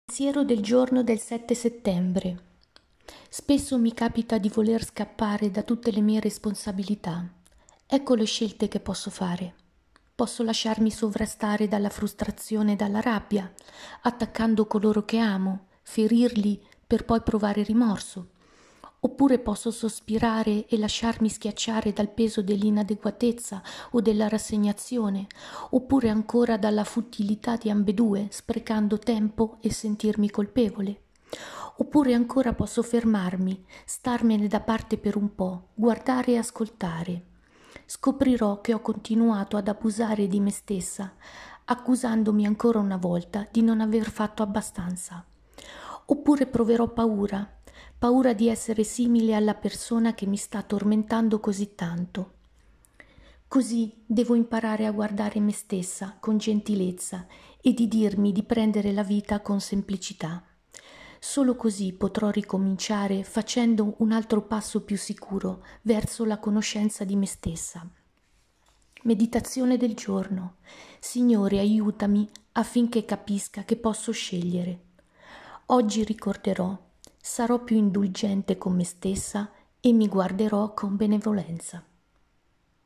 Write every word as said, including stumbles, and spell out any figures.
Pensiero del giorno del sette settembre. Spesso mi capita di voler scappare da tutte le mie responsabilità. Ecco le scelte che posso fare. Posso lasciarmi sovrastare dalla frustrazione e dalla rabbia, attaccando coloro che amo, ferirli per poi provare rimorso. Oppure posso sospirare e lasciarmi schiacciare dal peso dell'inadeguatezza o della rassegnazione, oppure ancora dalla futilità di ambedue, sprecando tempo e sentirmi colpevole. Oppure ancora posso fermarmi, starmene da parte per un po', guardare e ascoltare. Scoprirò che ho continuato ad abusare di me stessa, accusandomi ancora una volta di non aver fatto abbastanza. Oppure proverò paura, paura di essere simile alla persona che mi sta tormentando così tanto. Così devo imparare a guardare me stessa con gentilezza e di dirmi di prendere la vita con semplicità. Solo così potrò ricominciare facendo un altro passo più sicuro verso la conoscenza di me stessa. Meditazione del giorno. Signore, aiutami affinché capisca che posso scegliere. Oggi ricorderò, sarò più indulgente con me stessa e mi guarderò con benevolenza.